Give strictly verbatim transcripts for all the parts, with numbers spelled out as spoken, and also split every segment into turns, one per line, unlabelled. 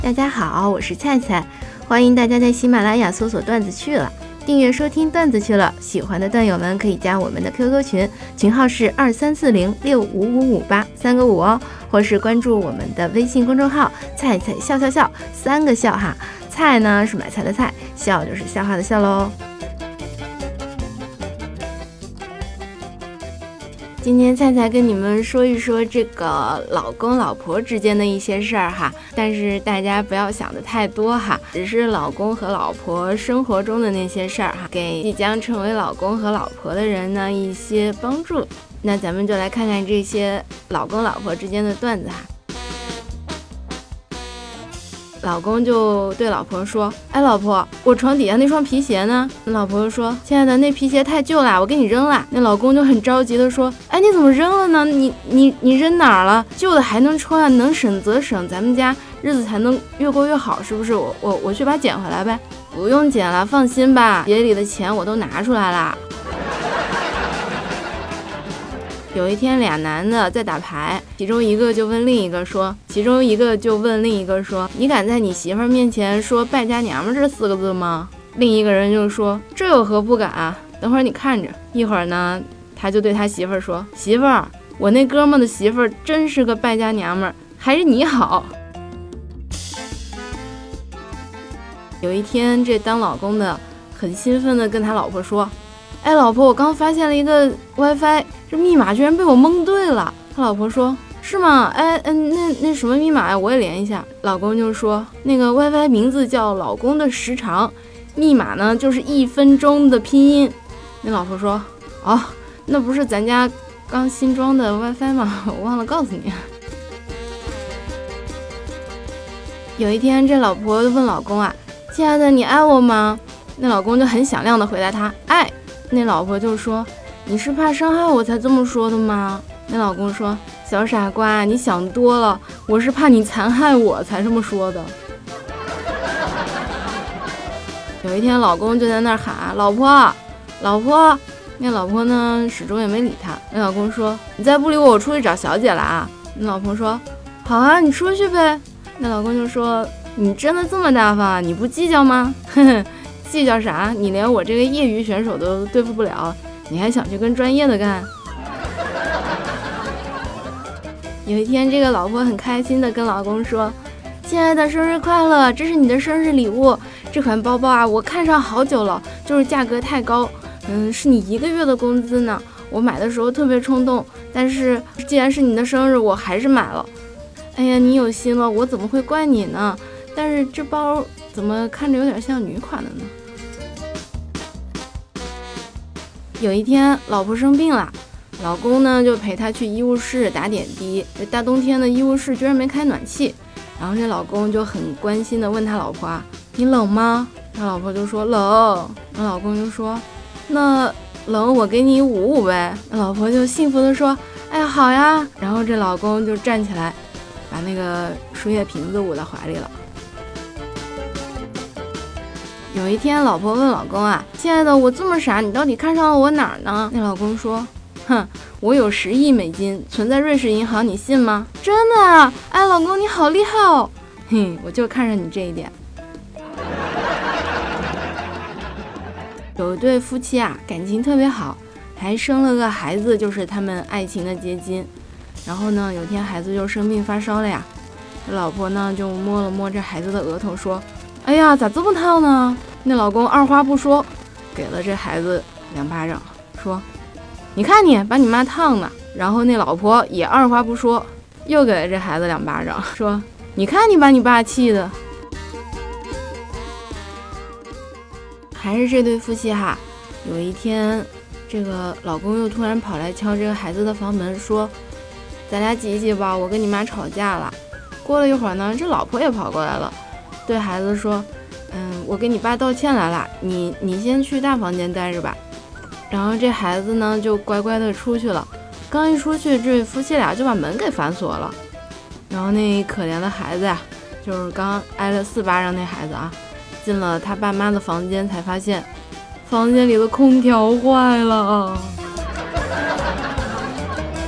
大家好，我是菜菜，欢迎大家在喜马拉雅搜索段子去了，订阅收听段子去了。喜欢的段友们可以加我们的 Q Q 群，群号是二三四零六五五五八，三个五哦，或是关注我们的微信公众号菜菜笑笑笑，三个笑哈，菜呢是买菜的菜，笑就是笑话的笑喽。今天菜菜跟你们说一说这个老公老婆之间的一些事儿哈，但是大家不要想的太多哈，只是老公和老婆生活中的那些事儿哈，给即将成为老公和老婆的人呢一些帮助。那咱们就来看看这些老公老婆之间的段子哈。老公就对老婆说，哎老婆，我床底下那双皮鞋呢？那老婆就说，亲爱的，那皮鞋太旧了，我给你扔了。那老公就很着急的说，哎你怎么扔了呢？你你你扔哪儿了？旧的还能穿，能省则省，咱们家日子才能越过越好，是不是？我我我去把它捡回来呗。不用捡了，放心吧，鞋里的钱我都拿出来了。有一天俩男的在打牌，其中一个就问另一个说其中一个就问另一个说你敢在你媳妇儿面前说败家娘们这四个字吗？另一个人就说这有何不敢啊，等会儿你看着。一会儿呢他就对他媳妇儿说，媳妇儿，我那哥们的媳妇儿真是个败家娘们，还是你好。有一天这当老公的很兴奋的跟他老婆说，哎老婆，我刚发现了一个 WiFi， 这密码居然被我蒙对了。他老婆说，是吗？哎嗯，那那什么密码呀？我也连一下。老公就说，那个 WiFi 名字叫老公的时长，密码呢就是一分钟的拼音。那老婆说，哦，那不是咱家刚新装的 WiFi 吗？我忘了告诉你。有一天这老婆问老公啊，亲爱的，你爱我吗？那老公就很响亮的回答他，爱。那老婆就说，你是怕伤害我才这么说的吗？那老公说，小傻瓜，你想多了，我是怕你残害我才这么说的。有一天老公就在那儿喊，老婆老婆。那老婆呢始终也没理他。那老公说，你再不理我，我出去找小姐了啊。那老婆说，好啊，你出去呗。那老公就说，你真的这么大方，你不计较吗？呵呵，计较啥？你连我这个业余选手都对付不了，你还想去跟专业的干？有一天这个老婆很开心的跟老公说，亲爱的，生日快乐，这是你的生日礼物，这款包包啊我看上好久了，就是价格太高，嗯，是你一个月的工资呢，我买的时候特别冲动，但是既然是你的生日我还是买了。哎呀，你有心了，我怎么会怪你呢？但是这包怎么看着有点像女款的呢？有一天老婆生病了，老公呢就陪她去医务室打点滴，这大冬天的医务室居然没开暖气，然后这老公就很关心的问他老婆啊，你冷吗？他老婆就说冷。那老公就说，那冷我给你捂捂呗。那老婆就幸福的说，哎呀好呀。然后这老公就站起来把那个输液瓶子捂在怀里了。有一天老婆问老公啊，亲爱的，我这么傻，你到底看上了我哪儿呢？那老公说，哼，我有十亿美金存在瑞士银行，你信吗？真的啊？哎老公你好厉害哦。嘿，我就看上你这一点。有一对夫妻啊，感情特别好，还生了个孩子，就是他们爱情的结晶。然后呢有天孩子就生病发烧了呀，老婆呢就摸了摸这孩子的额头说，哎呀咋这么烫呢？那老公二话不说给了这孩子两巴掌，说你看你把你妈烫的。然后那老婆也二话不说又给了这孩子两巴掌，说你看你把你爸气的。还是这对夫妻哈，有一天这个老公又突然跑来敲这个孩子的房门，说咱俩挤一挤吧，我跟你妈吵架了。过了一会儿呢，这老婆也跑过来了，对孩子说，嗯，我给你爸道歉来了，你你先去大房间待着吧。然后这孩子呢就乖乖的出去了，刚一出去，这夫妻俩就把门给反锁了。然后那可怜的孩子呀，就是刚挨了四巴掌那孩子啊，进了他爸妈的房间，才发现房间里的空调坏了。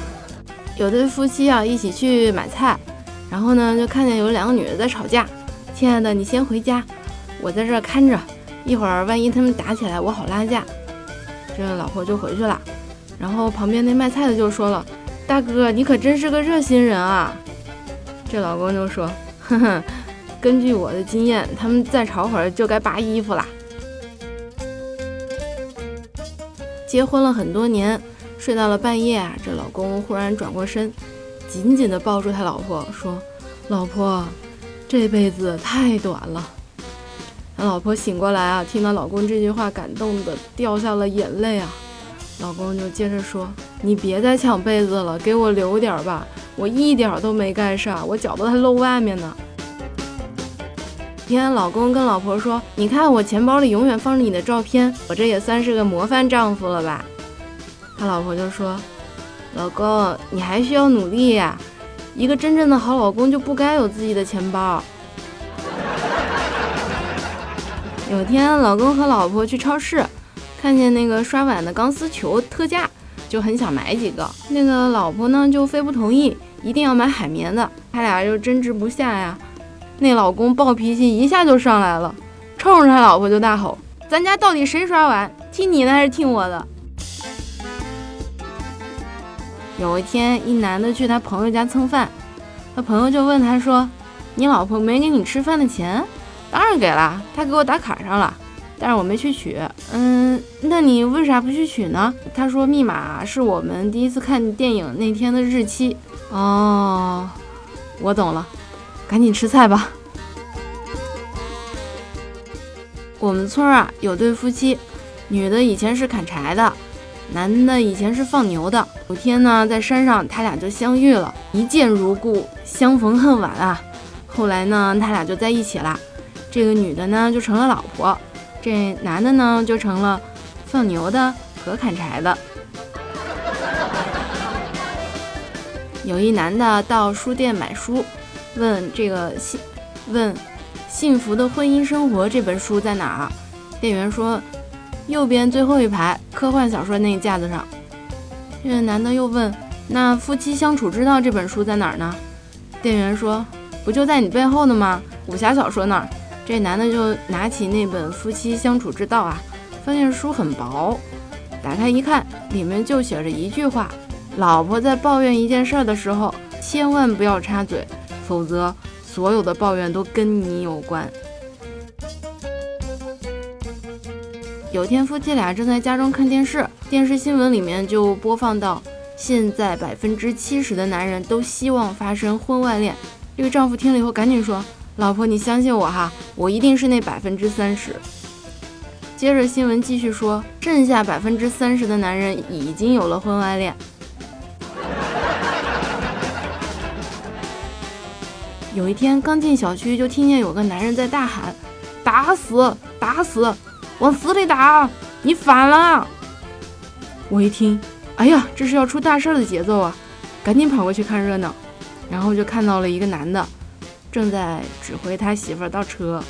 有对夫妻啊一起去买菜，然后呢就看见有两个女的在吵架， 亲爱的，你先回家，我在这儿看着，一会儿万一他们打起来，我好拉架。这老婆就回去了。然后旁边那卖菜的就说了，大哥，你可真是个热心人啊。这老公就说，哼哼，根据我的经验，他们再吵会儿就该扒衣服啦。结婚了很多年，睡到了半夜啊，这老公忽然转过身，紧紧地抱住他老婆，说，老婆，这辈子太短了。他老婆醒过来啊，听到老公这句话，感动的掉下了眼泪啊。老公就接着说，你别再抢被子了，给我留点吧，我一点都没盖上，我脚都还露外面呢。天，老公跟老婆说，你看我钱包里永远放着你的照片，我这也算是个模范丈夫了吧。他老婆就说，老公，你还需要努力呀，一个真正的好老公就不该有自己的钱包。有天老公和老婆去超市，看见那个刷碗的钢丝球特价，就很想买几个。那个老婆呢就非不同意，一定要买海绵的，他俩就争执不下呀。那老公暴脾气一下就上来了，冲着他老婆就大吼，咱家到底谁刷碗，听你的还是听我的？有一天一男的去他朋友家蹭饭，他朋友就问他说，你老婆没给你吃饭的钱？当然给了，他给我打卡上了，但是我没去取。嗯，那你为啥不去取呢？他说密码是我们第一次看电影那天的日期。哦，我懂了，赶紧吃菜吧。我们村啊有对夫妻，女的以前是砍柴的，男的以前是放牛的。有天呢在山上他俩就相遇了，一见如故，相逢恨晚啊。后来呢他俩就在一起了，这个女的呢就成了老婆，这男的呢就成了放牛的和砍柴的。有一男的到书店买书，问这个幸问幸福的婚姻生活这本书在哪儿？店员说右边最后一排科幻小说那架子上。这个男的又问，那夫妻相处之道这本书在哪儿呢？店员说不就在你背后的吗？武侠小说那儿。这男的就拿起那本夫妻相处之道啊，发现书很薄，打开一看，里面就写着一句话，老婆在抱怨一件事的时候千万不要插嘴，否则所有的抱怨都跟你有关。有天夫妻俩正在家中看电视，电视新闻里面就播放到，现在百分之七十的男人都希望发生婚外恋。这个丈夫听了以后赶紧说，老婆你相信我哈，我一定是那百分之三十。接着新闻继续说，剩下百分之三十的男人已经有了婚外恋。有一天刚进小区，就听见有个男人在大喊，打死打死，往死里打，你反了。我一听，哎呀，这是要出大事的节奏啊，赶紧跑过去看热闹。然后就看到了一个男的正在指挥他媳妇儿倒车。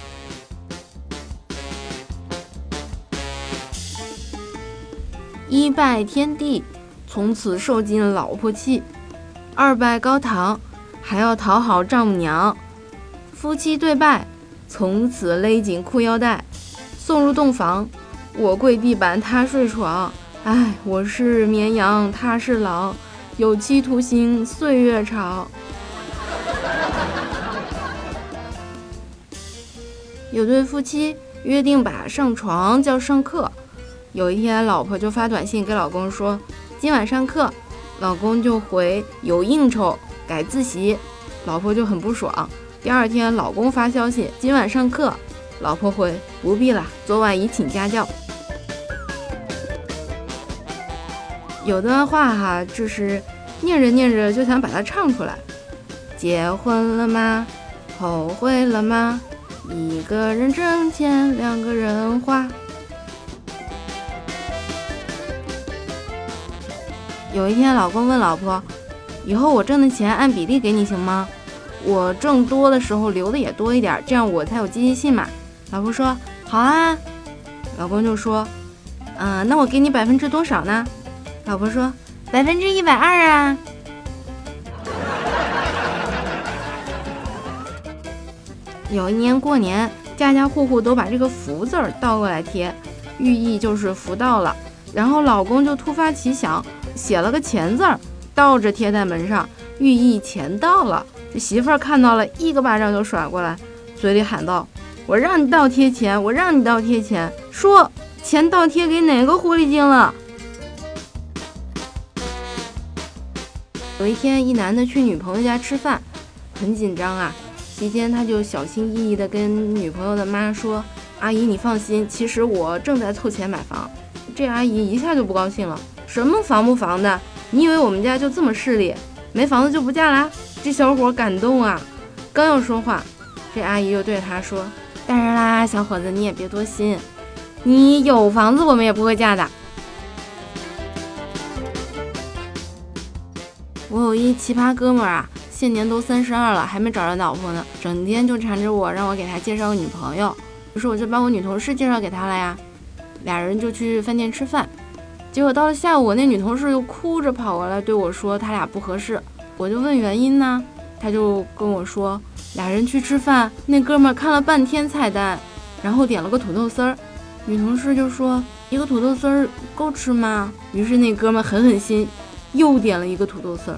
一拜天地，从此受尽老婆气；二拜高堂，还要讨好丈母娘；夫妻对拜，从此勒紧裤腰带；送入洞房，我跪地板他睡床。哎，我是绵羊他是狼，有期徒刑岁月长。有对夫妻约定把上床叫上课，有一天老婆就发短信给老公说今晚上课，老公就回有应酬改自习，老婆就很不爽。第二天老公发消息今晚上课，老婆回不必了，昨晚已请家教。有段话哈，就是念着念着就想把它唱出来。结婚了吗？后悔了吗？一个人挣钱，两个人花。有一天老公问老婆，以后我挣的钱按比例给你行吗？我挣多的时候留的也多一点，这样我才有积极性嘛。老婆说好啊。老公就说嗯、呃，那我给你百分之多少呢？老婆说百分之一百二啊。 有一年过年，家家户户都把这个福字儿倒过来贴，寓意就是福到了。然后老公就突发奇想，写了个钱字儿，倒着贴在门上，寓意钱到了。这媳妇儿看到了，一个巴掌就甩过来，嘴里喊道：我让你倒贴钱，我让你倒贴钱，说钱倒贴给哪个狐狸精了？有一天，一男的去女朋友家吃饭，很紧张啊。期间他就小心翼翼地跟女朋友的妈说：阿姨你放心，其实我正在凑钱买房。这阿姨一下就不高兴了，什么房不房的，你以为我们家就这么势利，没房子就不嫁啦？这小伙感动啊，刚要说话，这阿姨又对他说：当然啦，小伙子你也别多心，你有房子我们也不会嫁的。我有一奇葩哥们儿啊，现年都三十二了，还没找着老婆呢，整天就缠着我，让我给他介绍个女朋友。于是我就把我女同事介绍给他了呀，俩人就去饭店吃饭。结果到了下午，那女同事又哭着跑过来对我说他俩不合适。我就问原因呢，他就跟我说，俩人去吃饭，那哥们儿看了半天菜单，然后点了个土豆丝儿。女同事就说一个土豆丝儿够吃吗？于是那哥们儿狠狠心又点了一个土豆丝儿。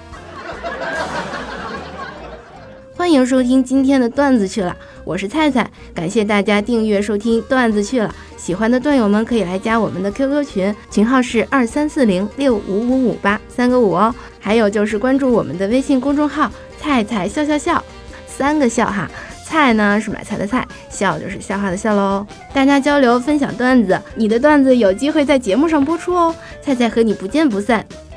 欢迎收听今天的段子去了，我是菜菜，感谢大家订阅收听段子去了。喜欢的段友们可以来加我们的 Q Q 群，群号是二三四零六五五五八，三个五哦。还有就是关注我们的微信公众号菜菜笑笑笑，三个笑哈。菜呢是买菜的菜，笑就是笑话的笑喽。大家交流分享段子，你的段子有机会在节目上播出哦。菜菜和你不见不散。